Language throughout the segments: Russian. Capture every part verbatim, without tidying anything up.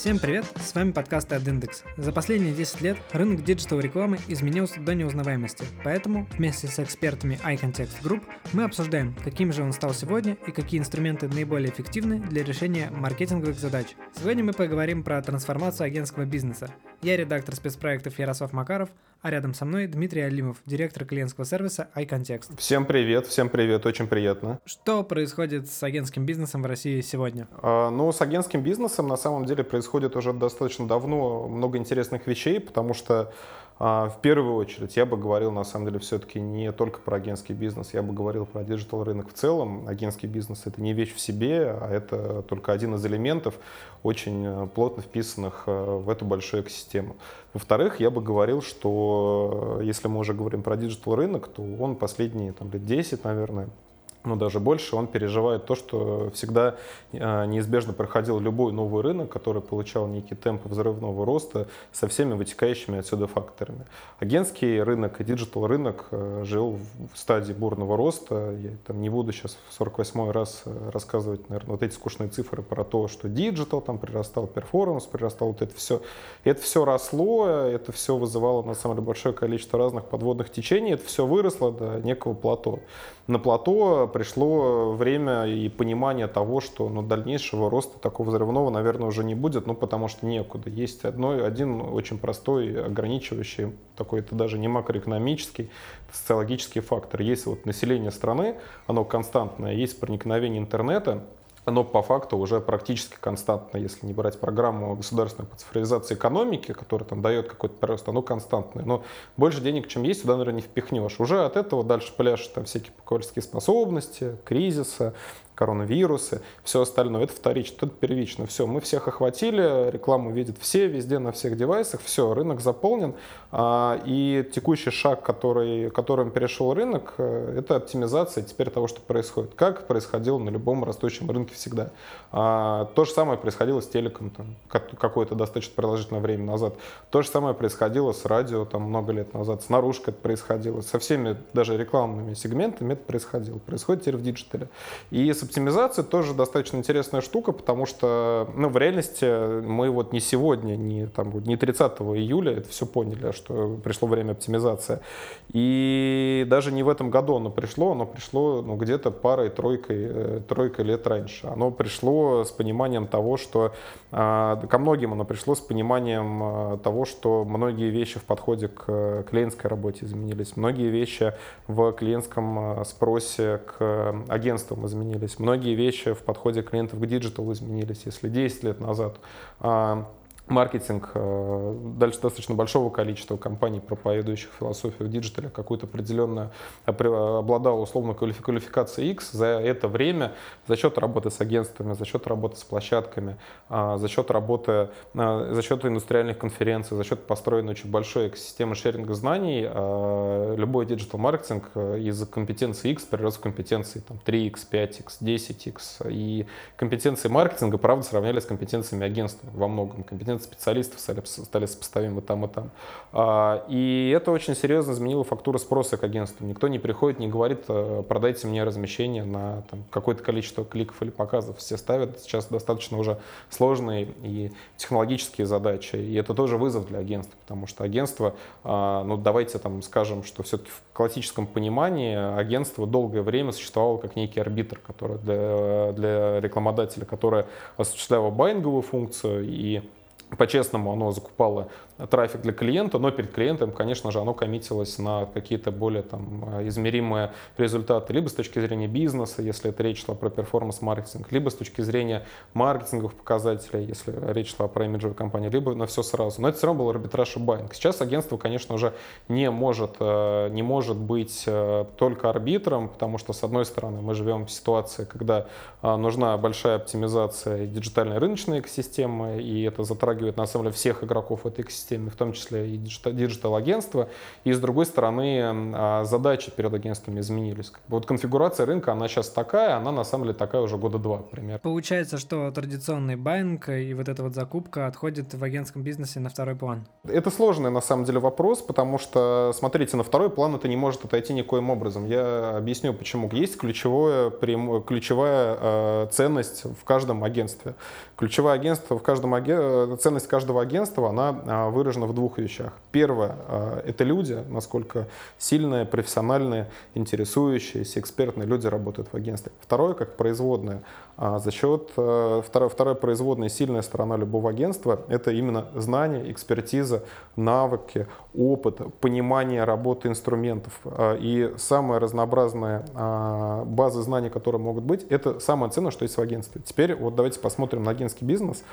Всем привет, с вами подкаст AdIndex. За последние десять лет рынок диджитал-рекламы изменился до неузнаваемости, поэтому вместе с экспертами iContext Group мы обсуждаем, каким же он стал сегодня и какие инструменты наиболее эффективны для решения маркетинговых задач. Сегодня мы поговорим про трансформацию агентского бизнеса. Я редактор спецпроектов Ярослав Макаров, а рядом со мной Дмитрий Алимов, директор клиентского сервиса iContext. Всем привет, всем привет, очень приятно. Что происходит с агентским бизнесом в России сегодня? А, ну, с агентским бизнесом на самом деле происходит уже достаточно давно много интересных вещей, потому что а, в первую очередь я бы говорил на самом деле все-таки не только про агентский бизнес, я бы говорил про диджитал рынок в целом. Агентский бизнес — это не вещь в себе, а это только один из элементов, очень плотно вписанных в эту большую экосистему. Во-вторых, я бы говорил, что если мы уже говорим про диджитал рынок, то он последние там, лет десять, наверное, но даже больше, он переживает то, что всегда неизбежно проходил любой новый рынок, который получал некий темп взрывного роста со всеми вытекающими отсюда факторами. Агентский рынок и диджитал рынок жил в стадии бурного роста. Я там не буду сейчас в сорок восьмой раз рассказывать, наверное, вот эти скучные цифры про то, что диджитал там прирастал, перформанс прирастал, вот это все. Это все росло, это все вызывало на самом деле большое количество разных подводных течений, это все выросло до некого плато. На плато пришло время и понимание того, что ну, дальнейшего роста такого взрывного, наверное, уже не будет, ну, потому что некуда. Есть одно, один очень простой, ограничивающий, такой, это даже не макроэкономический, это социологический фактор. Есть вот население страны, оно константное, есть проникновение интернета, оно по факту уже практически константно, если не брать программу государственной по цифровизации экономики, которая там дает какой-то прирост, оно константное. Но больше денег, чем есть, туда, наверное, не впихнешь. Уже от этого дальше пляшут там всякие покупательские способности, кризиса, коронавирусы, все остальное. Это вторично, это первично. Все, мы всех охватили, рекламу видят все, везде, на всех девайсах, все, рынок заполнен. И текущий шаг, который, которым перешел рынок, это оптимизация теперь того, что происходит. Как происходило на любом растущем рынке всегда. То же самое происходило с телеком там, какое-то достаточно продолжительное время назад. То же самое происходило с радио там, много лет назад, с наружкой это происходило, со всеми даже рекламными сегментами это происходило. Происходит теперь в диджитале. И с оптимизацией тоже достаточно интересная штука, потому что ну, в реальности мы вот не сегодня, не, там, не тридцатого июля это все поняли, что пришло время оптимизации. И даже не в этом году оно пришло, оно пришло ну, где-то парой-тройкой тройкой лет раньше. Оно пришло с пониманием того, что ко многим оно пришло с пониманием того, что многие вещи в подходе к клиентской работе изменились, многие вещи в клиентском спросе к агентствам изменились. Многие вещи в подходе клиентов к диджиталу изменились. Если десять лет назад маркетинг дальше достаточно большого количества компаний, проповедующих философию в диджитале, какую-то определенную обладал условно квалификацией X, за это время за счет работы с агентствами, за счет работы с площадками, за счет работы, за счет индустриальных конференций, за счет построенной очень большой экосистемы шеринга знаний, любой диджитал-маркетинг из компетенции X перерос в компетенции там, три икс, пять икс, десять икс. И компетенции маркетинга, правда, сравняли с компетенциями агентства во многом. Компетенции специалистов стали, стали сопоставимы там и там. И это очень серьезно изменило фактуру спроса к агентству. Никто не приходит, не говорит, продайте мне размещение на там, какое-то количество кликов или показов. Все ставят сейчас достаточно уже сложные и технологические задачи. И это тоже вызов для агентства, потому что агентство, ну давайте там скажем, что все-таки в классическом понимании агентство долгое время существовало как некий арбитр, который для, для рекламодателя, которое осуществляло байинговую функцию и по-честному оно закупало трафик для клиента, но перед клиентом, конечно же, оно коммитилось на какие-то более там, измеримые результаты, либо с точки зрения бизнеса, если это речь шла про перформанс-маркетинг, либо с точки зрения маркетинговых показателей, если речь шла про имиджевую компанию, либо на все сразу. Но это все равно был арбитраж и байинг. Сейчас агентство, конечно, уже не может, не может быть только арбитром, потому что, с одной стороны, мы живем в ситуации, когда нужна большая оптимизация диджитальной рыночной экосистемы, и это затрагивает, на самом деле, всех игроков этой экосистемы. экосистеме, в том числе и диджитал-агентства, и, с другой стороны, задачи перед агентствами изменились. Вот конфигурация рынка, она сейчас такая, она на самом деле такая уже года два, например. Получается, что традиционный байинг и вот эта вот закупка отходит в агентском бизнесе на второй план. Это сложный, на самом деле, вопрос, потому что, смотрите, на второй план это не может отойти никоим образом. Я объясню, почему. Есть ключевое, ключевая э, ценность в каждом агентстве. Ключевое агентство в каждом аген... ценность каждого агентства, она э, выражена в двух вещах. Первое э, — это люди, насколько сильные, профессиональные, интересующиеся, экспертные люди работают в агентстве. Второе, как производное. А за счет, э, вторая, вторая производная, сильная сторона любого агентства — это именно знания, экспертиза, навыки, опыт, понимание работы инструментов. И самая разнообразная база знаний, которые могут быть, это самое ценное, что есть в агентстве. Теперь вот давайте посмотрим на агентский бизнес,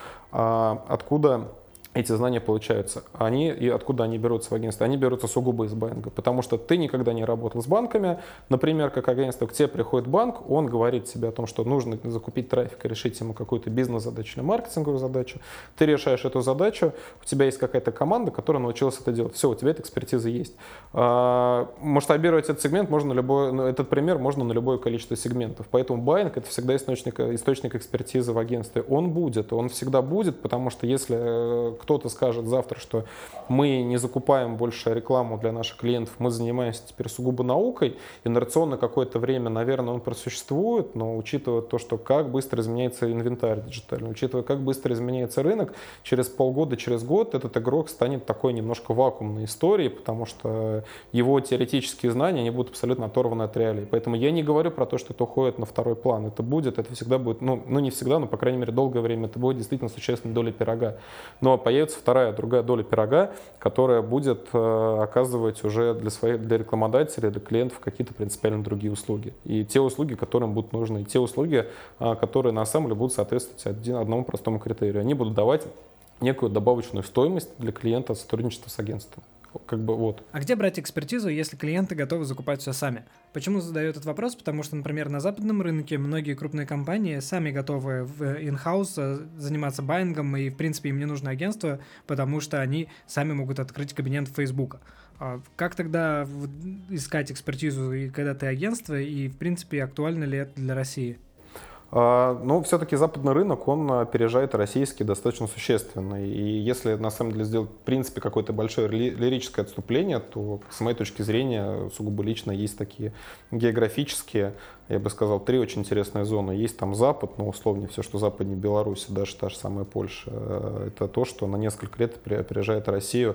откуда эти знания получаются. Они, и откуда они берутся в агентстве? Они берутся сугубо из байинга, потому что ты никогда не работал с банками. Например, как агентство, к тебе приходит банк, он говорит тебе о том, что нужно закупить трафик и решить ему какую-то бизнес-задачу или маркетинговую задачу. Ты решаешь эту задачу, у тебя есть какая-то команда, которая научилась это делать. Все, у тебя эта экспертиза есть. Масштабировать этот сегмент можно на любой, этот пример можно на любое количество сегментов. Поэтому байинг — это всегда источник, источник экспертизы в агентстве. Он будет, он всегда будет, потому что если кто-то скажет завтра, что мы не закупаем больше рекламу для наших клиентов, мы занимаемся теперь сугубо наукой, инерционно какое-то время, наверное, он просуществует, но учитывая то, что как быстро изменяется инвентарь диджитальный, учитывая, как быстро изменяется рынок, через полгода, через год этот игрок станет такой немножко вакуумной историей, потому что его теоретические знания, они будут абсолютно оторваны от реалий. Поэтому я не говорю про то, что это уходит на второй план. Это будет, это всегда будет, ну, ну не всегда, но, по крайней мере, долгое время это будет действительно существенной долей пирога. Но появится вторая, другая доля пирога, которая будет э, оказывать уже для своих, для рекламодателей, для клиентов какие-то принципиально другие услуги. И те услуги, которым будут нужны, и те услуги, э, которые на самом деле будут соответствовать один, одному простому критерию. Они будут давать некую добавочную стоимость для клиента сотрудничества с агентством. Как бы вот. А где брать экспертизу, если клиенты готовы закупать все сами? Почему задаю этот вопрос? Потому что, например, на западном рынке многие крупные компании сами готовы в in-house заниматься байингом, и, в принципе, им не нужно агентство, потому что они сами могут открыть кабинет Фейсбука. Как тогда искать экспертизу, и когда ты агентство, и, в принципе, актуально ли это для России? Но все-таки западный рынок, он опережает российский достаточно существенно. И если на самом деле сделать в принципе какое-то большое лирическое отступление, то с моей точки зрения сугубо лично есть такие географические, я бы сказал, три очень интересные зоны. Есть там Запад, но условнее все, что западнее Беларуси, даже та же самая Польша. Это то, что на несколько лет опережает Россию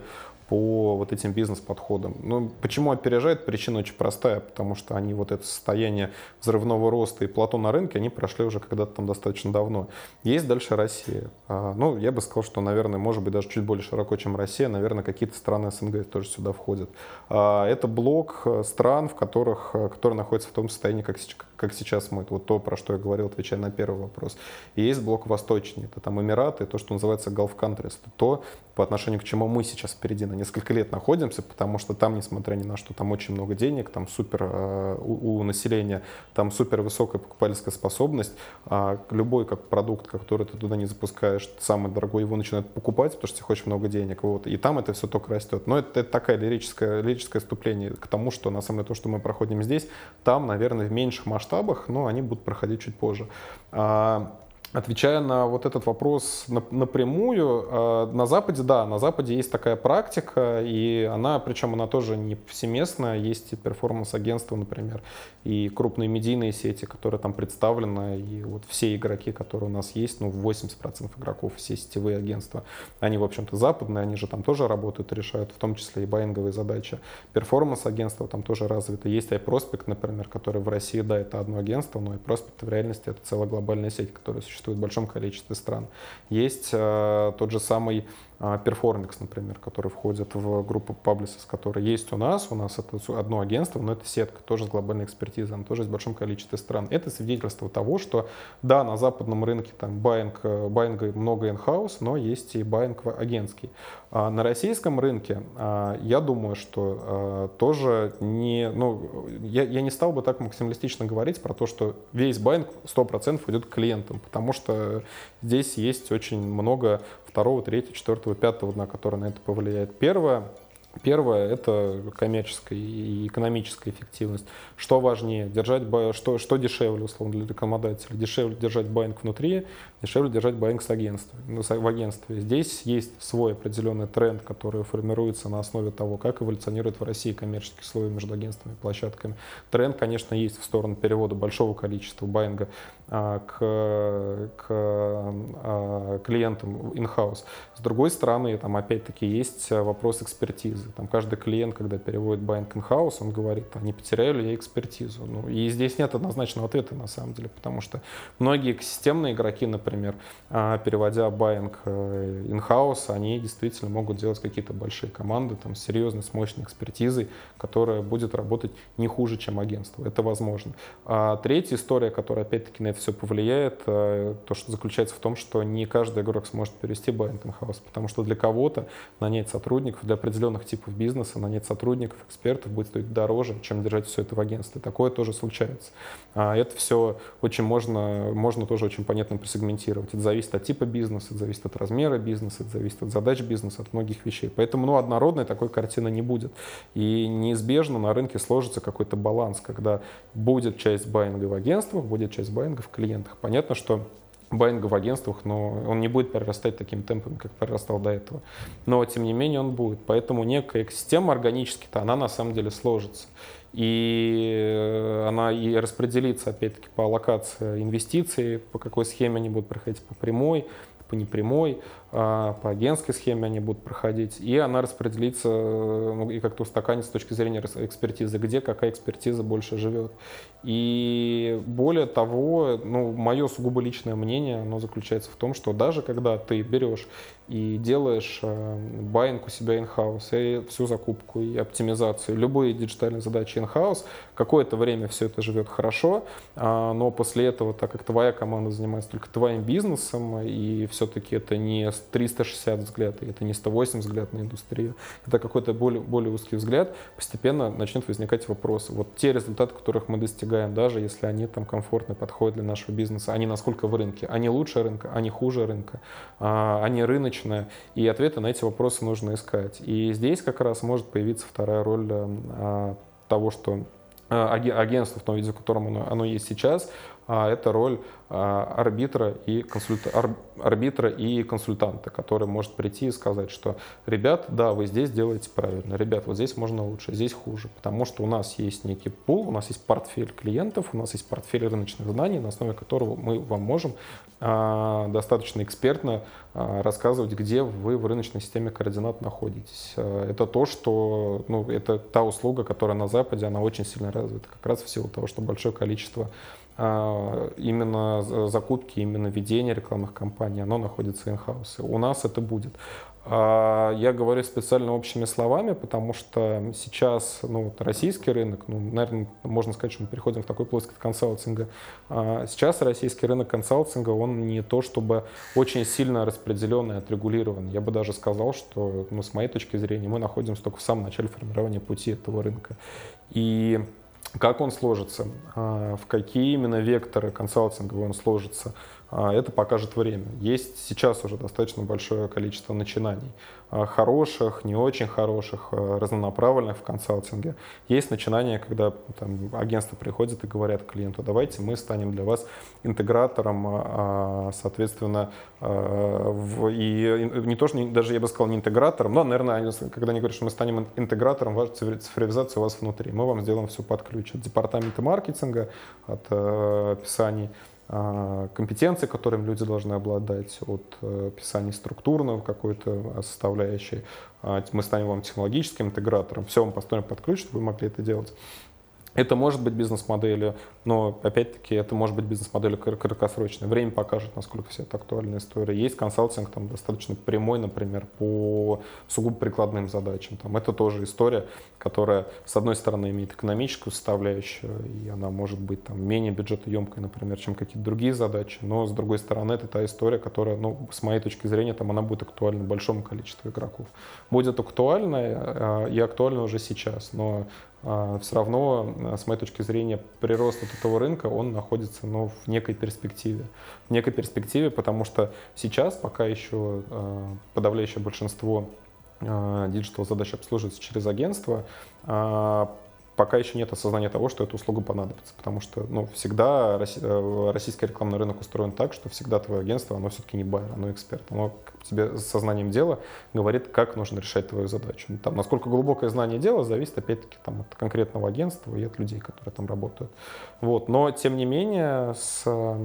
по вот этим бизнес-подходам. Ну, почему опережает? Причина очень простая, потому что они вот это состояние взрывного роста и плато на рынке, они прошли уже когда-то там достаточно давно. Есть дальше Россия. А, ну, я бы сказал, что, наверное, может быть, даже чуть более широко, чем Россия, наверное, какие-то страны СНГ тоже сюда входят. А, это блок стран, в которых, которые находятся в том состоянии, как, как сейчас мы. Вот то, про что я говорил, отвечая на первый вопрос. И есть блок восточный. Это там Эмираты, то, что называется Gulf Countries. Это то, по отношению к чему мы сейчас впереди на несколько лет находимся, потому что там, несмотря ни на что, там очень много денег, там супер э, у, у населения, там супер высокая покупательская способность. А любой как продукт, который ты туда не запускаешь, самый дорогой, его начинают покупать, потому что тебе очень много денег. Вот. И там это все только растет. Но это, это такое лирическое, лирическое вступление к тому, что на самом деле то, что мы проходим здесь, там, наверное, в меньших масштабах, но они будут проходить чуть позже. А, Отвечая на вот этот вопрос напрямую, на Западе, да, на Западе есть такая практика, и она, причем она тоже не повсеместная, есть и перформанс-агентства, например, и крупные медийные сети, которые там представлены, и вот все игроки, которые у нас есть, ну, восемьдесят процентов игроков, все сетевые агентства, они, в общем-то, западные, они же там тоже работают и решают, в том числе и байинговые задачи. Перформанс-агентства там тоже развиты. Есть iProspect, например, который в России, да, это одно агентство, но iProspect в реальности это целая глобальная сеть, которая существует в большом количестве стран. Есть э, тот же самый э, Performix, например, который входит в группу Publicis, который есть у нас. У нас это одно агентство, но это сетка, тоже с глобальной экспертизой, она тоже есть в большом количестве стран. Это свидетельство того, что да, на западном рынке там байинг, байинга много in-house, но есть и байинг агентский. А на российском рынке э, я думаю, что э, тоже не... Ну, я, я не стал бы так максималистично говорить про то, что весь байинг сто процентов идет к клиентам, потому что здесь есть очень много, второго, третьего, четвертого, пятого дна, который на это повлияет. Первое. Первое – это коммерческая и экономическая эффективность. Что важнее, держать, что, что дешевле, условно, для рекламодателя? Дешевле держать баинг внутри, дешевле держать баинг с агентством, в агентстве. Здесь есть свой определенный тренд, который формируется на основе того, как эволюционирует в России коммерческий слой между агентствами и площадками. Тренд, конечно, есть в сторону перевода большого количества баинга а, к, к а, клиентам in-house. С другой стороны, там опять-таки есть вопрос экспертизы. Там каждый клиент, когда переводит buying in-house, он говорит, а не потеряю ли я экспертизу? Ну, и здесь нет однозначного ответа на самом деле, потому что многие системные игроки, например, переводя buying in-house, они действительно могут делать какие-то большие команды там, с серьезной, с мощной экспертизой, которая будет работать не хуже, чем агентство. Это возможно. А третья история, которая опять-таки на это все повлияет, то, что заключается в том, что не каждый игрок сможет перевести buying in-house, потому что для кого-то нанять сотрудников, для определенных типов бизнеса, нанять сотрудников, экспертов будет стоить дороже, чем держать все это в агентстве. Такое тоже случается. А это все очень можно, можно тоже очень понятно просегментировать. Это зависит от типа бизнеса, это зависит от размера бизнеса, это зависит от задач бизнеса, от многих вещей. Поэтому ну, однородной такой картины не будет. И неизбежно на рынке сложится какой-то баланс, когда будет часть баинга в агентствах, будет часть баинга в клиентах. Понятно, что баинга в агентствах, но он не будет перерастать таким темпом, как перерастал до этого. Но, тем не менее, он будет. Поэтому некая экосистема органически-то, она на самом деле сложится. И она и распределится, опять-таки, по аллокации инвестиций, по какой схеме они будут проходить, по прямой, по непрямой, по агентской схеме они будут проходить, и она распределится ну, и как-то устаканится с точки зрения экспертизы, где какая экспертиза больше живет. И более того, ну, мое сугубо личное мнение, оно заключается в том, что даже когда ты берешь и делаешь баинг у себя in-house, и всю закупку, и оптимизацию, любые диджитальные задачи in-house, какое-то время все это живет хорошо, но после этого, так как твоя команда занимается только твоим бизнесом, и все-таки это не триста шестьдесят взгляд, и это не сто восемьдесят взгляд на индустрию, это какой-то более, более узкий взгляд, постепенно начнут возникать вопросы. Вот те результаты, которых мы достигаем, даже если они там комфортно подходят для нашего бизнеса, они насколько в рынке, они лучше рынка, они хуже рынка, они рыночные, и ответы на эти вопросы нужно искать. И здесь как раз может появиться вторая роль того, что агентство в том виде, в котором оно, оно есть сейчас, это роль арбитра и, консульта... арбитра и консультанта, который может прийти и сказать, что ребят, да, вы здесь делаете правильно, ребят, вот здесь можно лучше, здесь хуже, потому что у нас есть некий пул, у нас есть портфель клиентов, у нас есть портфель рыночных знаний, на основе которого мы вам можем а, достаточно экспертно а, рассказывать, где вы в рыночной системе координат находитесь. А, это то, что, ну, это та услуга, которая на Западе, она очень сильно развита, как раз в силу того, что большое количество именно закупки, именно ведение рекламных кампаний, оно находится in-house. У нас это будет. Я говорю специально общими словами, потому что сейчас ну, вот российский рынок, ну, наверное, можно сказать, что мы переходим в такой плоскость консалтинга. Сейчас российский рынок консалтинга, он не то чтобы очень сильно распределен и отрегулирован. Я бы даже сказал, что ну, с моей точки зрения мы находимся только в самом начале формирования пути этого рынка. И как он сложится, в какие именно векторы консалтинговые он сложится, это покажет время. Есть сейчас уже достаточно большое количество начинаний. Хороших, не очень хороших, разнонаправленных в консалтинге. Есть начинания, когда там, агентство приходит и говорят клиенту, давайте мы станем для вас интегратором, соответственно, в, и не то, что даже я бы сказал не интегратором, но, наверное, когда они говорят, что мы станем интегратором, ваша цифровизация у вас внутри, мы вам сделаем все под ключ. От департамента маркетинга, от описаний компетенции, которыми люди должны обладать, от описания структурного какой-то составляющей. Мы станем вам технологическим интегратором, все вам построим под ключ, чтобы вы могли это делать. Это может быть бизнес-моделью, но, опять-таки, это может быть бизнес-моделью краткосрочной. Время покажет, насколько все это актуальная история. Есть консалтинг там, достаточно прямой, например, по сугубо прикладным задачам. Там, это тоже история, которая, с одной стороны, имеет экономическую составляющую, и она может быть там, менее бюджетоемкой, например, чем какие-то другие задачи. Но, с другой стороны, это та история, которая, ну, с моей точки зрения, там, она будет актуальна большому количеству игроков. Будет актуальна и актуальна уже сейчас, но все равно с моей точки зрения, прирост вот этого рынка, он находится, ну, в некой перспективе. В некой перспективе, потому что сейчас пока еще э, подавляющее большинство э, диджитал-задач обслуживается через агентство, э, пока еще нет осознания того, что эта услуга понадобится, потому что, ну, всегда российский рекламный рынок устроен так, что всегда твое агентство, оно все-таки не байер, оно эксперт. Оно тебе с сознанием дела говорит, как нужно решать твою задачу. Там, насколько глубокое знание дела зависит, опять-таки, там, от конкретного агентства и от людей, которые там работают. Вот. Но, тем не менее, с,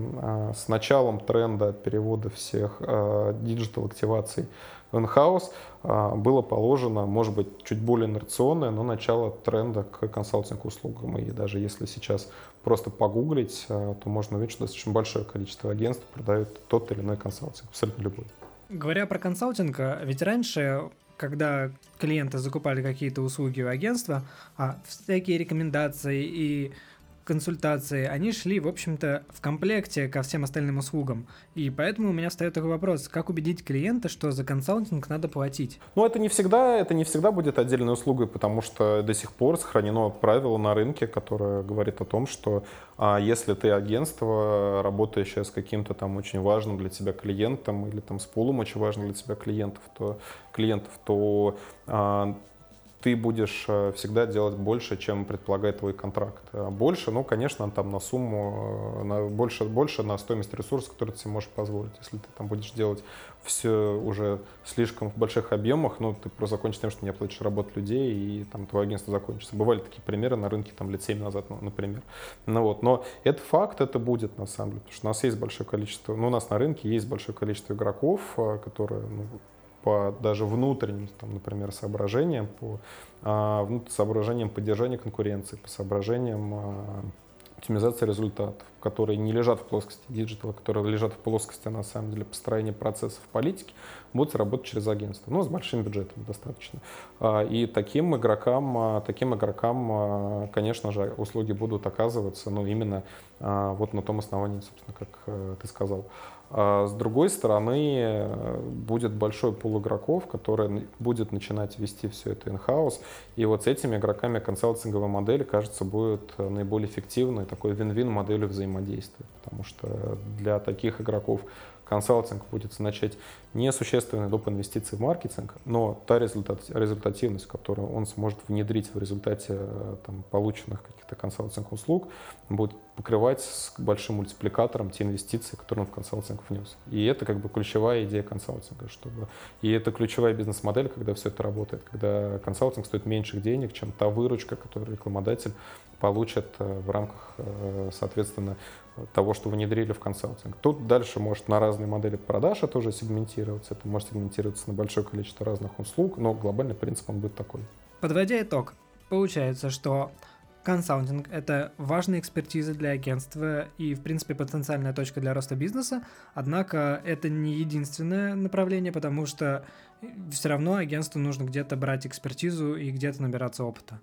с началом тренда перевода всех диджитал-активаций в in-house было положено, может быть, чуть более инерционное, но начало тренда к консалтинг-услугам. И даже если сейчас просто погуглить, то можно увидеть, что достаточно большое количество агентств продают тот или иной консалтинг, абсолютно любой. Говоря про консалтинг, ведь раньше, когда клиенты закупали какие-то услуги у агентства, всякие рекомендации и консультации, они шли, в общем-то, в комплекте ко всем остальным услугам. И поэтому у меня встает такой вопрос, как убедить клиента, что за консалтинг надо платить? Ну, это не всегда, это не всегда будет отдельной услугой, потому что до сих пор сохранено правило на рынке, которое говорит о том, что а, если ты агентство, работающее с каким-то там очень важным для тебя клиентом или там с пулом очень важным для тебя клиентов, то, клиентов, то а, ты будешь всегда делать больше, чем предполагает твой контракт. Больше, ну, конечно, там на сумму, на, больше, больше на стоимость ресурсов, который ты себе можешь позволить. Если ты там будешь делать все уже слишком в больших объемах, ну, ты просто закончишь тем, что не оплатишь работу людей, и там твое агентство закончится. Бывали такие примеры на рынке там лет семь назад, например. Ну, вот. Но это факт, это будет на самом деле, потому что у нас есть большое количество, ну, у нас на рынке есть большое количество игроков, которые, ну, по даже внутренним, там, например, соображениям, по а, соображениям поддержания конкуренции, по соображениям а, оптимизации результатов, которые не лежат в плоскости диджитала, которые лежат в плоскости, на самом деле, построения процессов политики, будут работать через агентство, но с большим бюджетом достаточно. А, и таким игрокам, а, таким игрокам, а, конечно же, услуги будут оказываться, ну, именно а, вот на том основании, собственно, как а, ты сказал. А с другой стороны, будет большой пул игроков, который будет начинать вести все это in-house. И вот с этими игроками консалтинговая модель, кажется, будет наиболее эффективной, такой вин-вин моделью взаимодействия. Потому что для таких игроков консалтинг будет означать несущественный доп. Инвестиций в маркетинг, но та результат, результативность, которую он сможет внедрить в результате там, полученных каких-то консалтинг-услуг, будет покрывать с большим мультипликатором те инвестиции, которые он в консалтинг внес. И это как бы ключевая идея консалтинга. Чтобы... И это ключевая бизнес-модель, когда все это работает, когда консалтинг стоит меньших денег, чем та выручка, которую рекламодатель получит в рамках, соответственно, того, что внедрили в консалтинг. Тут дальше может на разные модели продаж это уже сегментироваться, это может сегментироваться на большое количество разных услуг, но глобальный принцип он будет такой. Подводя итог, получается, что консалтинг — это важная экспертиза для агентства и, в принципе, потенциальная точка для роста бизнеса, однако это не единственное направление, потому что все равно агентству нужно где-то брать экспертизу и где-то набираться опыта.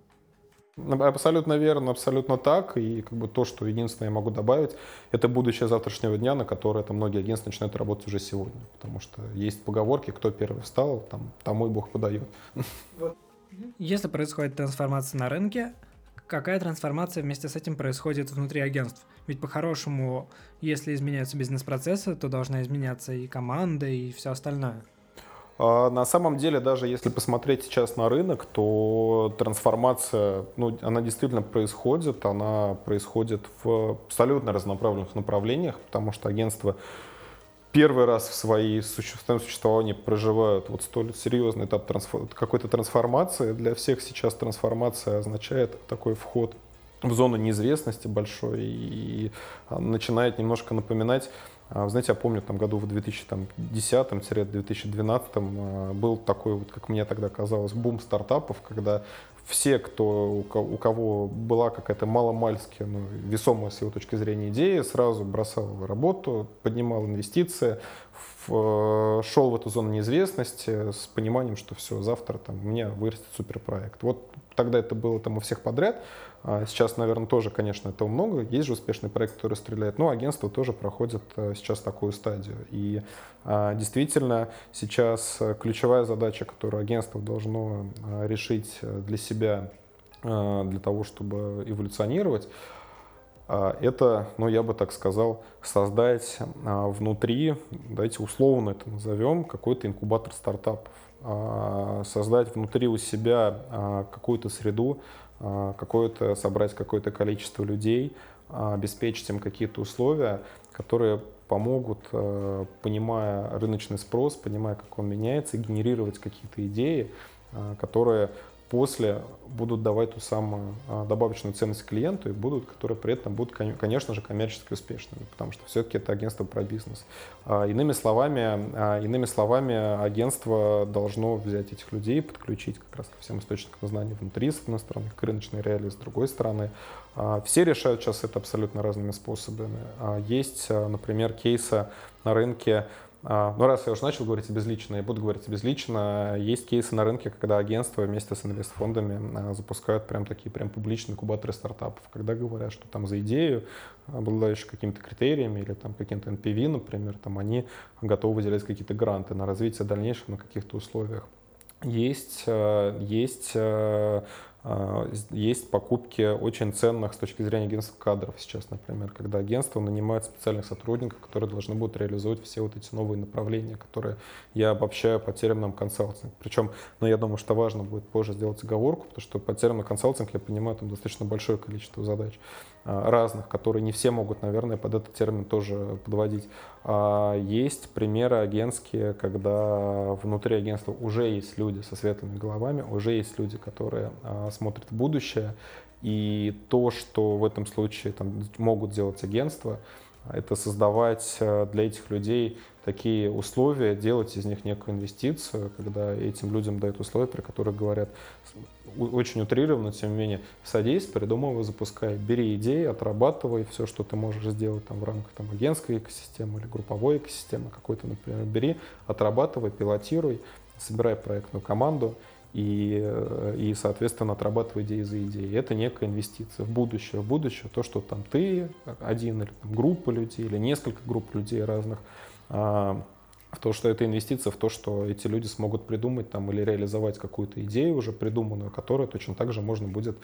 Абсолютно верно, абсолютно так. И как бы то, что единственное я могу добавить, это будущее завтрашнего дня, на которое там, многие агентства начинают работать уже сегодня. Потому что есть поговорки, кто первый встал, там, тому и Бог подает. Если происходит трансформация на рынке, какая трансформация вместе с этим происходит внутри агентств? Ведь по-хорошему, если изменяются бизнес-процессы, то должна изменяться и команда, и все остальное. На самом деле, даже если посмотреть сейчас на рынок, то трансформация, ну, она действительно происходит, она происходит в абсолютно разнонаправленных направлениях, потому что агентства первый раз в, своей, в своем существовании проживают вот столь серьезный этап трансфор- какой-то трансформации. Для всех сейчас трансформация означает такой вход в зону неизвестности большой и начинает немножко напоминать. Вы знаете, я помню, там, году в две тысячи десятом - две тысячи двенадцатом был такой, вот, как мне тогда казалось, бум стартапов, когда все, кто, у кого была какая-то маломальски, ну, весомая с его точки зрения идея, сразу бросал работу, поднимал инвестиции, в, шел в эту зону неизвестности с пониманием, что все, завтра там, у меня вырастет суперпроект. Вот тогда это было там у всех подряд. Сейчас, наверное, тоже, конечно, этого много. Есть же успешный проект, который стреляет. Но агентство тоже проходит сейчас такую стадию. И действительно сейчас ключевая задача, которую агентство должно решить для себя для того, чтобы эволюционировать, это, ну, я бы так сказал, создать внутри, давайте условно это назовем, какой-то инкубатор стартапов. Создать внутри у себя какую-то среду, какое-то, собрать какое-то количество людей, обеспечить им какие-то условия, которые помогут, понимая рыночный спрос, понимая, как он меняется, генерировать какие-то идеи, которые после будут давать ту самую добавочную ценность клиенту и будут, которые при этом будут, конечно же, коммерчески успешными, потому что все-таки это агентство про бизнес. Иными словами, иными словами, агентство должно взять этих людей, подключить как раз ко всем источникам знаний внутри, с одной стороны, к рыночной реалии, с другой стороны. Все решают сейчас это абсолютно разными способами. Есть, например, кейсы на рынке. Ну, раз я уже начал говорить безлично, я буду говорить безлично. Есть кейсы на рынке, когда агентства вместе с инвестфондами запускают прям такие прям публичные инкубаторы стартапов, когда говорят, что там за идею, обладающую какими-то критериями или там каким-то эн пи ви, например, там они готовы выделять какие-то гранты на развитие дальнейшего на каких-то условиях. Есть, есть Есть покупки очень ценных с точки зрения агентства кадров сейчас, например, когда агентство нанимает специальных сотрудников, которые должны будут реализовать все вот эти новые направления, которые я обобщаю по терминам консалтинг. Причем, ну, я думаю, что важно будет позже сделать оговорку, потому что по термину консалтинг я понимаю там достаточно большое количество задач разных, которые не все могут, наверное, под этот термин тоже подводить. Есть примеры агентские, когда внутри агентства уже есть люди со светлыми головами, уже есть люди, которые смотрят в будущее, и то, что в этом случае там могут делать агентства, это создавать для этих людей такие условия, делать из них некую инвестицию, когда этим людям дают условия, при которых говорят, очень утрированно, тем не менее, садись, придумывай, запускай, бери идеи, отрабатывай все, что ты можешь сделать там, в рамках там, агентской экосистемы или групповой экосистемы какой-то, например, бери, отрабатывай, пилотируй, собирай проектную команду и, и соответственно, отрабатывай идеи за идеей. Это некая инвестиция в будущее, в будущее, то, что там ты один или там, группа людей или несколько групп людей разных, в то, что это инвестиция в то, что эти люди смогут придумать там, или реализовать какую-то идею уже придуманную, которую точно так же можно будет,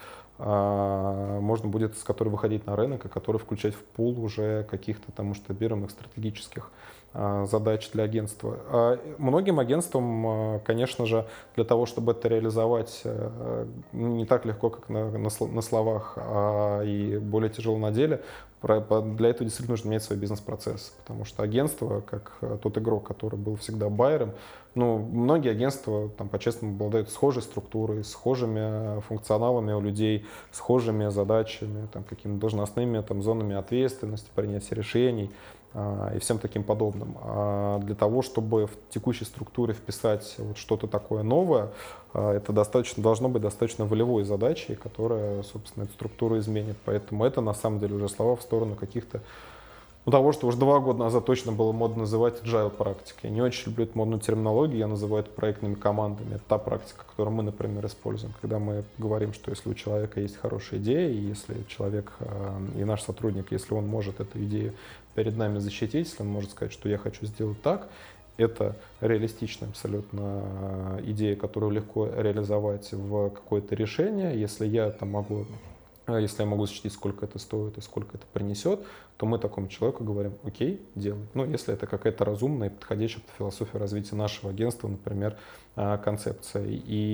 можно будет с которой выходить на рынок, и которую включать в пул уже каких-то там масштабируемых стратегических задач для агентства. А многим агентствам, конечно же, для того, чтобы это реализовать, не так легко, как на, на, на словах, а и более тяжело на деле. Для этого действительно нужно иметь свой бизнес-процесс, потому что агентство, как тот игрок, который был всегда байером, ну, многие агентства, там, по-честному, обладают схожей структурой, схожими функционалами у людей, схожими задачами, там, какими-то должностными там, зонами ответственности, принятия решений и всем таким подобным. А для того, чтобы в текущей структуре вписать вот что-то такое новое, это достаточно, должно быть достаточно волевой задачей, которая, собственно, эту структуру изменит. Поэтому это, на самом деле, уже слова в сторону каких-то, ну, того, что уже два года назад точно было модно называть agile практикой. Я не очень люблю эту модную терминологию, я называю это проектными командами. Это та практика, которую мы, например, используем, когда мы говорим, что если у человека есть хорошая идея, и если человек и наш сотрудник, если он может эту идею перед нами защитить, если он может сказать, что я хочу сделать так, это реалистичная абсолютно идея, которую легко реализовать в какое-то решение. Если я там могу, если я могу защитить, сколько это стоит и сколько это принесет, то мы такому человеку говорим, окей, делай. Ну, если это какая-то разумная и подходящая под философию развития нашего агентства, например, концепция.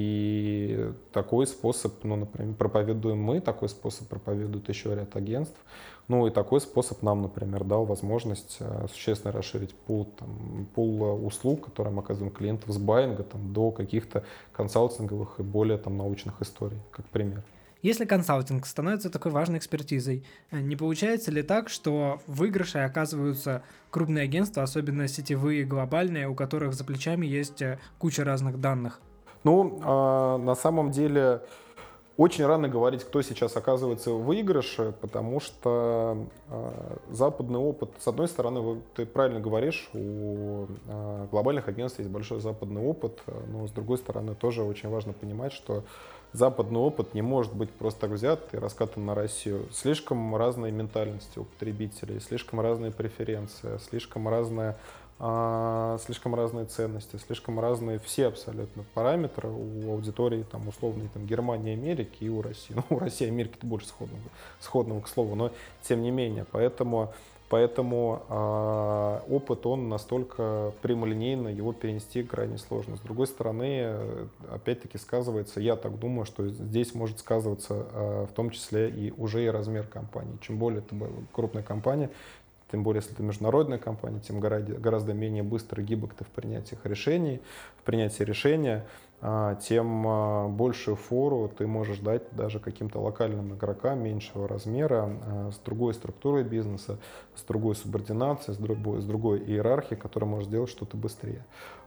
И такой способ, ну, например, проповедуем мы, такой способ проповедует еще ряд агентств. Ну и такой способ нам, например, дал возможность существенно расширить пул, там, пул услуг, которые мы оказываем клиентам с байинга там, до каких-то консалтинговых и более там, научных историй, как пример. Если консалтинг становится такой важной экспертизой, не получается ли так, что в выигрыше оказываются крупные агентства, особенно сетевые, глобальные, у которых за плечами есть куча разных данных? Ну, а, на самом деле, очень рано говорить, кто сейчас оказывается в выигрыше, потому что э, западный опыт, с одной стороны, вы, ты правильно говоришь, у э, глобальных агентств есть большой западный опыт, но с другой стороны тоже очень важно понимать, что западный опыт не может быть просто так взят и раскатан на Россию. Слишком разные ментальности у потребителей, слишком разные преференции, слишком разная а, слишком разные ценности, слишком разные все абсолютно параметры у аудитории, там, условной там, Германии, Америки и у России. Ну, у России и Америки это больше сходного, сходного к слову, но тем не менее. Поэтому, поэтому а, опыт, он настолько прямолинейно, его перенести крайне сложно. С другой стороны, опять-таки сказывается, я так думаю, что здесь может сказываться а, в том числе и уже и размер компании. Чем более это крупная компания, тем более, если это международная компания, тем гораздо, гораздо менее быстро и гибок ты в принятии решений, в принятии решения, тем большую фору ты можешь дать даже каким-то локальным игрокам меньшего размера, с другой структурой бизнеса, с другой субординацией, с другой, с другой иерархией, которая может сделать что-то быстрее.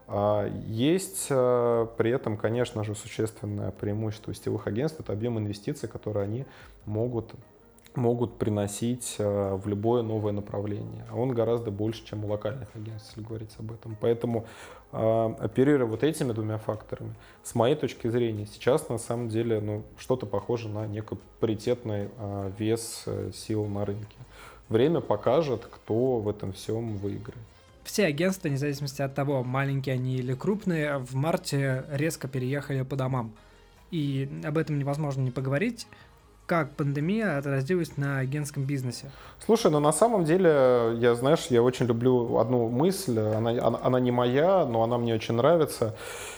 Есть при этом, конечно же, существенное преимущество сетевых агентств — это объем инвестиций, которые они могут могут приносить в любое новое направление. А он гораздо больше, чем у локальных агентств, если говорить об этом. Поэтому, оперируя вот этими двумя факторами, с моей точки зрения, сейчас на самом деле ну, что-то похоже на некий паритетный вес сил на рынке. Время покажет, кто в этом всем выиграет. Все агентства, вне зависимости от того, маленькие они или крупные, в марте резко переехали по домам. И об этом невозможно не поговорить. Как пандемия отразилась на агентском бизнесе? Слушай, ну на самом деле, я, знаешь, я очень люблю одну мысль, она, она, она не моя, но она мне очень нравится.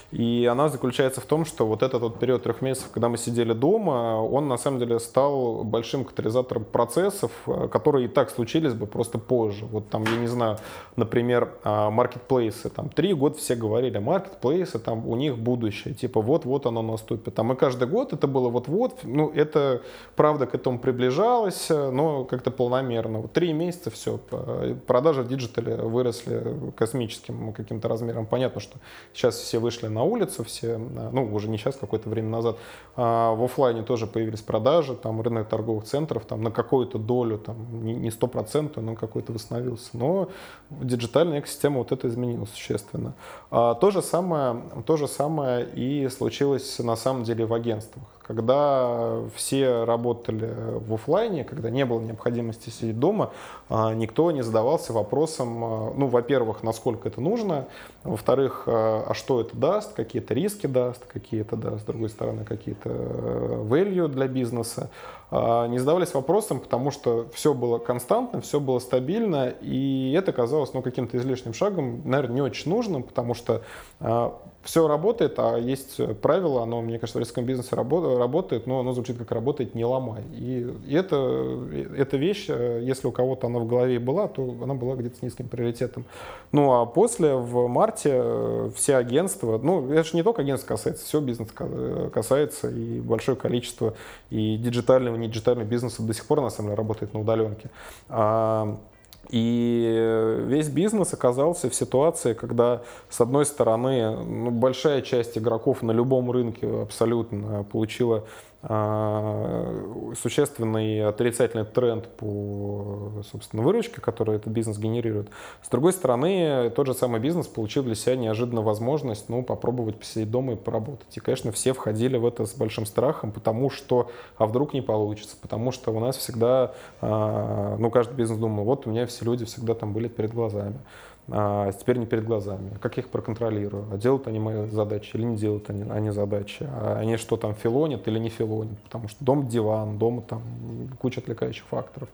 И она заключается в том, что вот этот вот период трех месяцев, когда мы сидели дома, он на самом деле стал большим катализатором процессов, которые и так случились бы просто позже. Вот там, я не знаю, например, маркетплейсы. Там три года все говорили, маркетплейсы, там у них будущее. Типа вот-вот оно наступит. Там и каждый год это было вот-вот. Ну, это, правда, к этому приближалось, но как-то полномерно. Вот три месяца все. Продажи в диджитале выросли космическим каким-то размером. Понятно, что сейчас все вышли на улицу, все, ну, уже не сейчас, какое-то время назад, а в офлайне тоже появились продажи, там рынок торговых центров там на какую-то долю, там не стопроцентную, но какой-то восстановился. Но диджитальная экосистема вот это изменилась существенно. А то же самое, то же самое и случилось на самом деле в агентствах. Когда все работали в офлайне, когда не было необходимости сидеть дома, никто не задавался вопросом, ну, во-первых, насколько это нужно, во-вторых, а что это даст, какие-то риски даст, какие-то даст, с другой стороны, какие-то value для бизнеса. Не задавались вопросом, потому что все было константно, все было стабильно, и это казалось, ну, каким-то излишним шагом, наверное, не очень нужным, потому что все работает, а есть правило, оно, мне кажется, в рисковом бизнесе работает, но оно звучит как «работает, не ломай». И это, эта вещь, если у кого-то она в голове была, то она была где-то с низким приоритетом. Ну а после, в марте, все агентства, ну это же не только агентство касается, все бизнес касается, и большое количество и диджитального, и недиджитального бизнеса до сих пор, на самом деле, работает на удаленке. И весь бизнес оказался в ситуации, когда, с одной стороны, ну, большая часть игроков на любом рынке абсолютно получила э, существенный отрицательный тренд по, собственно, выручке, которую этот бизнес генерирует. С другой стороны, тот же самый бизнес получил для себя неожиданную возможность, ну, попробовать посидеть дома и поработать. И, конечно, все входили в это с большим страхом, потому что, а вдруг не получится, потому что у нас всегда, э, ну, каждый бизнес думал, вот у меня все люди всегда там были перед глазами, а теперь не перед глазами. Как я их проконтролирую? А делают они мои задачи или не делают они, они задачи? А они что там, филонят или не филонят? Потому что дом диван, дома там куча отвлекающих факторов.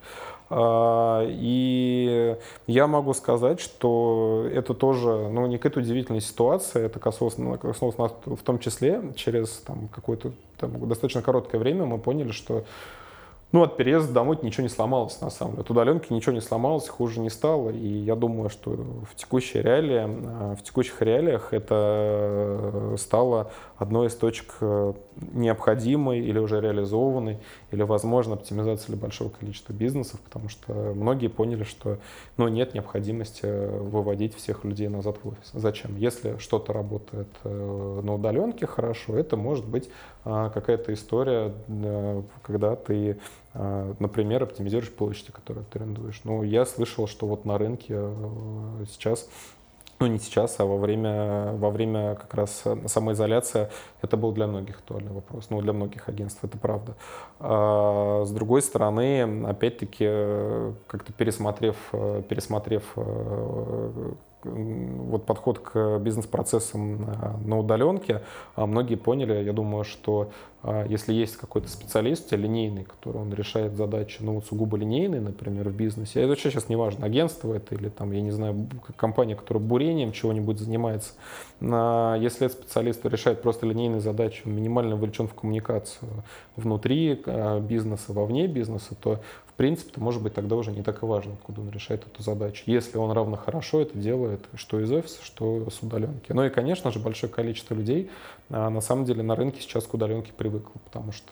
И я могу сказать, что это тоже, ну, не какая-то удивительная ситуация, это коснулось, коснулось нас в том числе через там, какое-то там, достаточно короткое время мы поняли, что ну, от переезда домой ничего не сломалось, на самом деле. От удаленки ничего не сломалось, хуже не стало. И я думаю, что в текущей реалии, в текущих реалиях это стало одной из точек необходимой или уже реализованной, или, возможно, оптимизации для большого количества бизнесов, потому что многие поняли, что ну, нет необходимости выводить всех людей назад в офис. Зачем? Если что-то работает на удаленке хорошо, это может быть какая-то история, когда ты, например, оптимизируешь площади, которые ты арендуешь. Ну, я слышал, что вот на рынке сейчас, ну не сейчас, а во время, во время как раз самоизоляции это был для многих актуальный вопрос, ну для многих агентств, это правда. А с другой стороны, опять-таки, как-то пересмотрев, пересмотрев вот подход к бизнес-процессам на удаленке, многие поняли, я думаю, что если есть какой-то специалист линейный, который он решает задачи, ну, вот сугубо линейные, например, в бизнесе, это вообще сейчас не важно, агентство это или там, я не знаю, компания, которая бурением чего-нибудь занимается, если этот специалист решает просто линейные задачи, он минимально вовлечен в коммуникацию внутри бизнеса, вовне бизнеса, то в принципе, то, может быть, тогда уже не так и важно, откуда он решает эту задачу. Если он равно хорошо это делает, что из офиса, что с удаленки. Ну и, конечно же, большое количество людей а, на самом деле на рынке сейчас к удаленке привыкло, потому что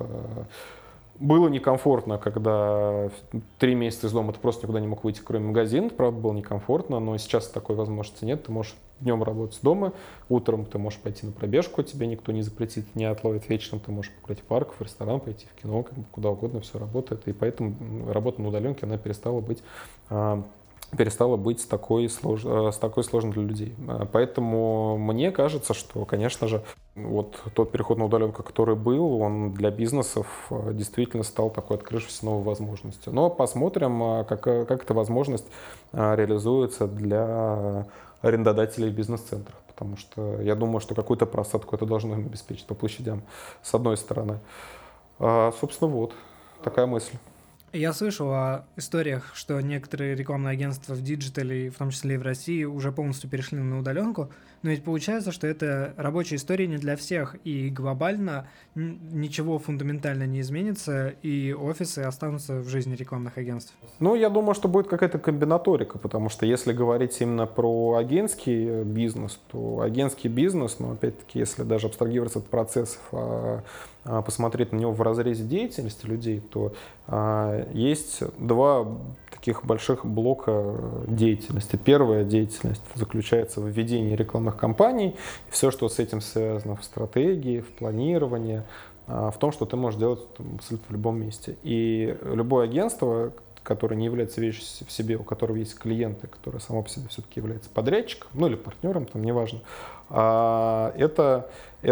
было некомфортно, когда три месяца из дома ты просто никуда не мог выйти, кроме магазина. Правда, было некомфортно, но сейчас такой возможности нет. Ты можешь днем работать дома, утром ты можешь пойти на пробежку, тебе никто не запретит, не отловит. Вечером ты можешь погулять в парк, в ресторан, пойти в кино, куда угодно, все работает. И поэтому работа на удаленке, она перестала быть перестала быть такой, слож... с такой сложной для людей. Поэтому мне кажется, что, конечно же, вот тот переход на удаленку, который был, он для бизнесов действительно стал такой открывшейся новой возможностью. Но посмотрим, как, как эта возможность реализуется для арендодателей бизнес-центров. Потому что я думаю, что какую-то просадку это должно им обеспечить по площадям, с одной стороны. А, собственно, вот такая мысль. Я слышал о историях, что некоторые рекламные агентства в диджитале, в том числе и в России, уже полностью перешли на удаленку, но ведь получается, что это рабочая история не для всех, и глобально ничего фундаментально не изменится, и офисы останутся в жизни рекламных агентств. Ну, я думаю, что будет какая-то комбинаторика, потому что если говорить именно про агентский бизнес, то агентский бизнес, но опять-таки, если даже абстрагироваться от процессов, а посмотреть на него в разрезе деятельности людей, то а, есть два таких больших блока деятельности. Первая деятельность заключается в ведении рекламных кампаний, и все, что с этим связано в стратегии, в планировании, а, в том, что ты можешь делать там, абсолютно в любом месте. И любое агентство, которое не является вещью в себе, у которого есть клиенты, которое само по себе все-таки является подрядчиком, ну или партнером, там неважно, а, это,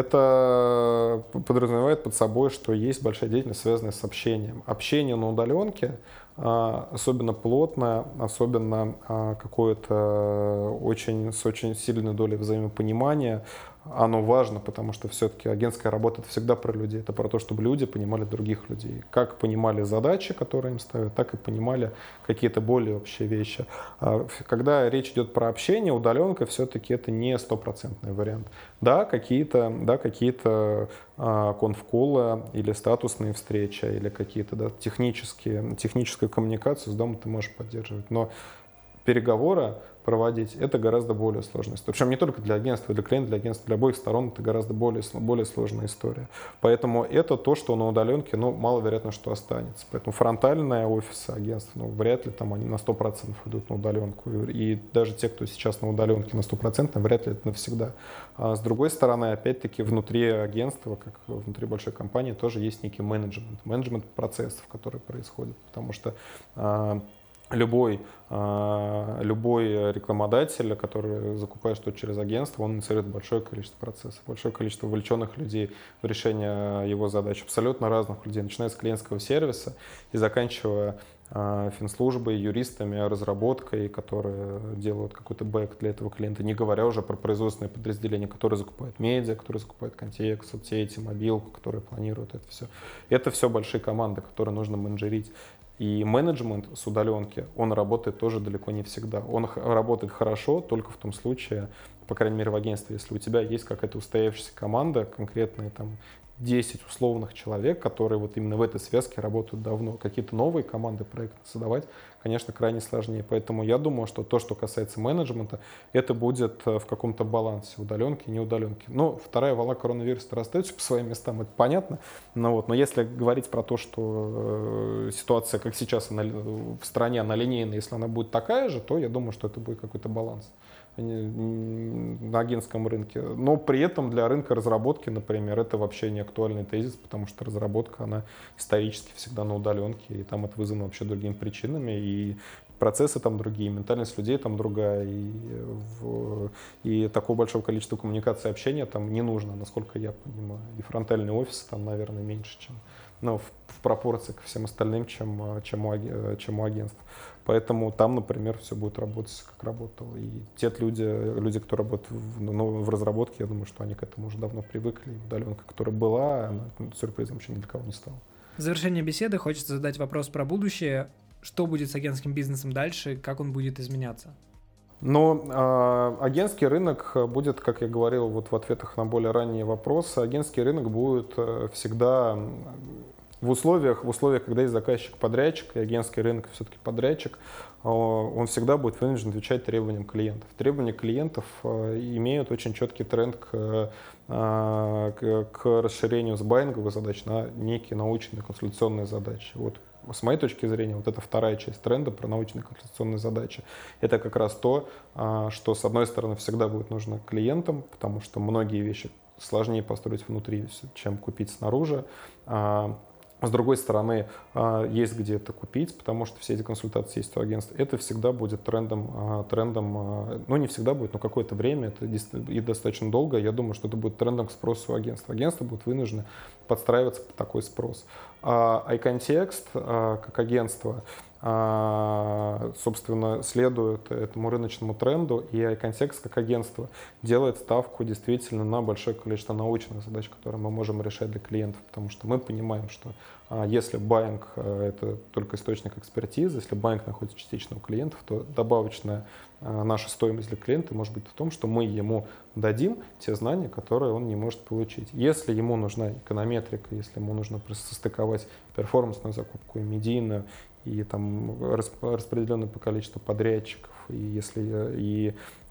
это подразумевает под собой, что есть большая деятельность, связанная с общением. Общение на удаленке, а, особенно плотное, особенно а, какое-то очень, с очень сильной долей взаимопонимания, оно важно, потому что все-таки агентская работа — это всегда про людей. Это про то, чтобы люди понимали других людей. Как понимали задачи, которые им ставят, так и понимали какие-то более общие вещи. Когда речь идет про общение, удаленка все-таки это не стопроцентный вариант. Да, какие-то, да, какие-то конф-колы или статусные встречи, или какие-то да, технические, техническую коммуникацию с дома ты можешь поддерживать. Но переговоры проводить, это гораздо более сложная история. Причем не только для агентства, для клиента, для агентства, для обоих сторон это гораздо более, более сложная история. Поэтому это то, что на удаленке, ну, маловероятно, что останется. Поэтому фронтальные офисы агентства, ну, вряд ли там они на сто процентов идут на удаленку. И, и даже те, кто сейчас на удаленке на сто процентов, вряд ли это навсегда. А с другой стороны, опять-таки, внутри агентства, как внутри большой компании, тоже есть некий менеджмент. Менеджмент процессов, которые происходят. Потому что Любой, любой рекламодатель, который закупает что-то через агентство, он инициирует большое количество процессов, большое количество вовлеченных людей в решение его задач, абсолютно разных людей, начиная с клиентского сервиса и заканчивая финслужбой, юристами, разработкой, которые делают какой-то бэк для этого клиента, не говоря уже про производственные подразделения, которые закупают медиа, которые закупают контекст, соцсети, мобилку, которые планируют это все. Это все большие команды, которые нужно менеджерить. И менеджмент с удаленки, он работает тоже далеко не всегда. Он работает хорошо только в том случае, по крайней мере в агентстве, если у тебя есть какая-то устоявшаяся команда, конкретные там десять условных человек, которые вот именно в этой связке работают давно. Какие-то новые команды проекта создавать, конечно, крайне сложнее. Поэтому я думаю, что то, что касается менеджмента, это будет в каком-то балансе удаленки и неудаленки. Ну, вторая волна коронавируса расстается по своим местам, это понятно. Но, вот, но если говорить про то, что э, ситуация, как сейчас она, в стране, она линейная, если она будет такая же, то я думаю, что это будет какой-то баланс на агентском рынке. Но при этом для рынка разработки, например, это вообще не актуальный тезис, потому что разработка, она исторически всегда на удаленке, и там это вызвано вообще другими причинами, и процессы там другие, ментальность людей там другая, и, в, и такого большого количества коммуникации и общения там не нужно, насколько я понимаю. И фронтальные офисы там, наверное, меньше, чем ну, в, в пропорции ко всем остальным, чем, чем, у, чем у агентств. Поэтому там, например, все будет работать, как работало. И те люди, люди, кто работают в, ну, в разработке, я думаю, что они к этому уже давно привыкли. Удаленка, которая была, она сюрпризом еще ни для кого не стала. В завершение беседы хочется задать вопрос про будущее. Что будет с агентским бизнесом дальше, как он будет изменяться? Но э, агентский рынок будет, как я говорил вот в ответах на более ранние вопросы, агентский рынок будет э, всегда в условиях, в условиях, когда есть заказчик-подрядчик, и агентский рынок все-таки подрядчик, э, он всегда будет вынужден отвечать требованиям клиентов. Требования клиентов э, имеют очень четкий тренд к, э, к, к расширению с байинговых задач на некие научные консультационные задачи. Вот. С моей точки зрения, вот эта вторая часть тренда про научные консультационные задачи, это как раз то, что, с одной стороны, всегда будет нужно клиентам, потому что многие вещи сложнее построить внутри, чем купить снаружи. С другой стороны, есть где это купить, потому что все эти консультации есть у агентств. Это всегда будет трендом, трендом, ну не всегда будет, но какое-то время, это и достаточно долго. Я думаю, что это будет трендом к спросу у агентств. Агентства будут вынуждены подстраиваться под такой спрос. А iContext, как агентство, собственно, следует этому рыночному тренду, и iContext как агентство делает ставку действительно на большое количество научных задач, которые мы можем решать для клиентов, потому что мы понимаем, что если байинг — это только источник экспертизы, если байинг находится частично у клиентов, то добавочная наша стоимость для клиента может быть в том, что мы ему дадим те знания, которые он не может получить. Если ему нужна эконометрика, если ему нужно состыковать перформансную закупку и медийную, и там распределенное по количеству подрядчиков, и если и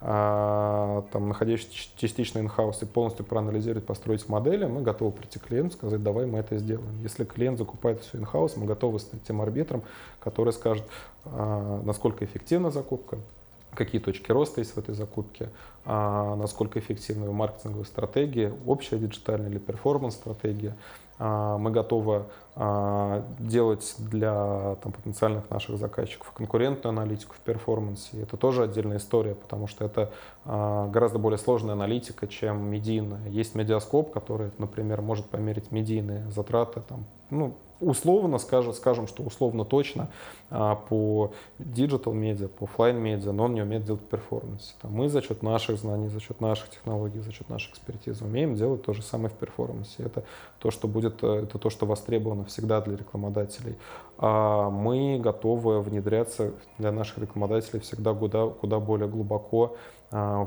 а, там находящийся частично in-house и полностью проанализировать, построить модели, мы готовы прийти к клиенту и сказать, давай мы это сделаем. Если клиент закупает все in-house, мы готовы стать тем арбитром, который скажет, а, насколько эффективна закупка, какие точки роста есть в этой закупке, а, насколько эффективна маркетинговая стратегия, общая диджитальная или перформанс-стратегия. А, мы готовы а, делать для там, потенциальных наших заказчиков конкурентную аналитику в перформансе. Это тоже отдельная история, потому что это а, гораздо более сложная аналитика, чем медийная. Есть медиаскоп, который, например, может померить медийные затраты, там, ну, условно, скажем, скажем, что условно точно а, по диджитал медиа, по офлайн медиа, но он не умеет делать перформанс. Там мы за счет наших знаний, за счет наших технологий, за счет нашей экспертизы умеем делать то же самое в перформансе. Это то, что будет, это то, что востребовано всегда для рекламодателей. А мы готовы внедряться для наших рекламодателей всегда куда, куда более глубоко а,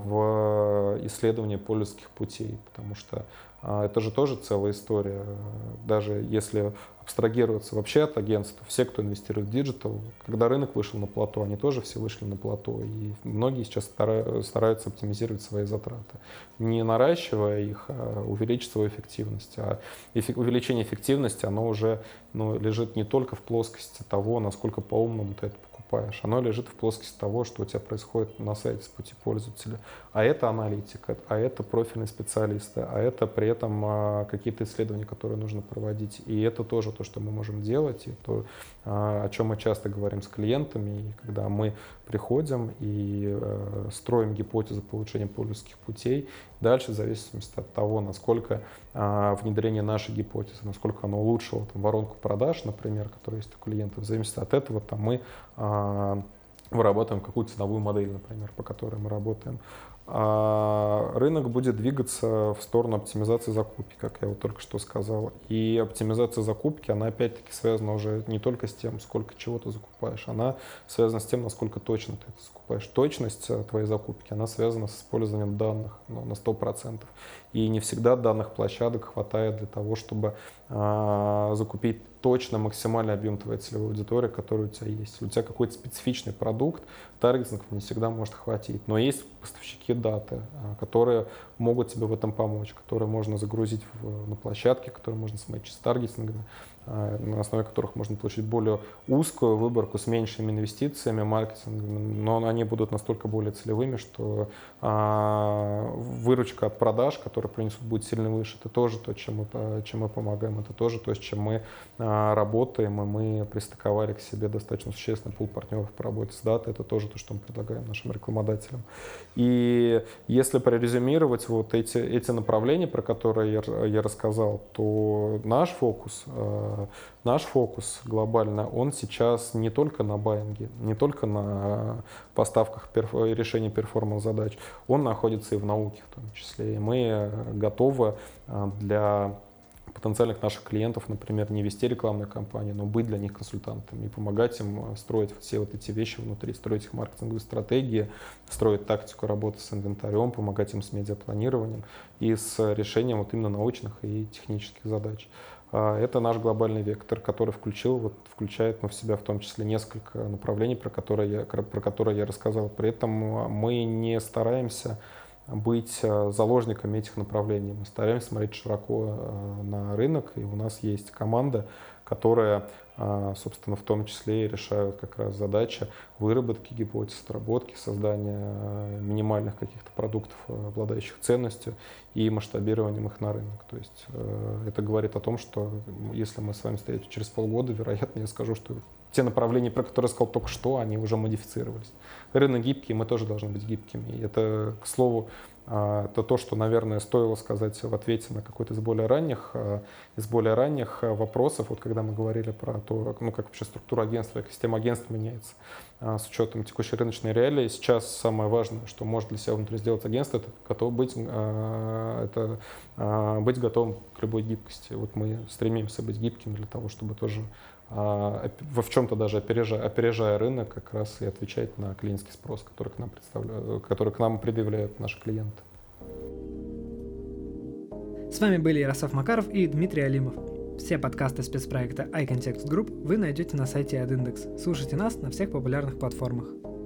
в исследование пользовательских путей, потому что а, это же тоже целая история. Даже если абстрагироваться вообще от агентств, все, кто инвестирует в диджитал, когда рынок вышел на плато, они тоже все вышли на плато. И многие сейчас стараются оптимизировать свои затраты. Не наращивая их, а увеличить свою эффективность. А увеличение эффективности, оно уже ну, лежит не только в плоскости того, насколько по-умному ты это покупаешь. Оно лежит в плоскости того, что у тебя происходит на сайте с пути пользователя. А это аналитика, а это профильные специалисты, а это при этом а, какие-то исследования, которые нужно проводить. И это тоже то, что мы можем делать, и то, а, о чем мы часто говорим с клиентами, и когда мы приходим и а, строим гипотезы по улучшению пользовательских путей. Дальше, в зависимости от того, насколько а, внедрение нашей гипотезы, насколько оно улучшило там, воронку продаж, например, которая есть у клиентов, в зависимости от этого там, мы а, вырабатываем какую-то ценовую модель, например, по которой мы работаем. А рынок будет двигаться в сторону оптимизации закупки, как я вот только что сказал. И оптимизация закупки, она опять-таки связана уже не только с тем, сколько чего ты закупаешь, она связана с тем, насколько точно ты это закупаешь. Точность твоей закупки, она связана с использованием данных ну, на сто процентов. И не всегда данных площадок хватает для того, чтобы а, закупить точно максимальный объем твоей целевой аудитории, который у тебя есть. Если у тебя какой-то специфичный продукт, таргетинг не всегда может хватить. Но есть поставщики даты, которые могут тебе в этом помочь, которые можно загрузить в, на площадке, которые можно сметчить с таргетингами, на основе которых можно получить более узкую выборку с меньшими инвестициями, маркетингом, но они будут настолько более целевыми, что а, выручка от продаж, которая принесут, будет сильно выше. Это тоже то, чем мы, чем мы помогаем, это тоже то, с чем мы а, работаем, и мы пристыковали к себе достаточно существенный пул партнеров по работе с датой. Это тоже то, что мы предлагаем нашим рекламодателям. И если прорезюмировать вот эти, эти направления, про которые я, я рассказал, то наш фокус а, наш фокус глобально, он сейчас не только на баинге, не только на поставках перф- решений перформанс-задач, он находится и в науке в том числе. И мы готовы для потенциальных наших клиентов, например, не вести рекламную кампанию, но быть для них консультантами и помогать им строить все вот эти вещи внутри, строить их маркетинговые стратегии, строить тактику работы с инвентарем, помогать им с медиапланированием и с решением вот именно научных и технических задач. Это наш глобальный вектор, который включил, вот, включает ну, в себя в том числе несколько направлений, про которые, я, про которые я рассказал. При этом мы не стараемся быть заложниками этих направлений. Мы стараемся смотреть широко на рынок, и у нас есть команда, которая, собственно, в том числе и решает как раз задачи выработки гипотез, отработки, создания минимальных каких-то продуктов, обладающих ценностью, и масштабированием их на рынок. То есть это говорит о том, что если мы с вами встретимся через полгода, вероятно, я скажу, что те направления, про которые я сказал только что, они уже модифицировались. Рынок гибкий, мы тоже должны быть гибкими. И это, к слову, это то, что, наверное, стоило сказать в ответе на какой-то из более ранних, из более ранних вопросов, вот когда мы говорили про то, ну, как вообще структура агентства, как система агентства меняется с учетом текущей рыночной реалии. Сейчас самое важное, что может для себя внутри сделать агентство, это готов быть, это быть готовым к любой гибкости. Вот мы стремимся быть гибким для того, чтобы тоже в чем-то даже опережая, опережая рынок, как раз и отвечать на клиентский спрос, который к нам, представляют, который к нам предъявляют наши клиенты. С вами были Ярослав Макаров и Дмитрий Алимов. Все подкасты спецпроекта iContext Group вы найдете на сайте AdIndex. Слушайте нас на всех популярных платформах.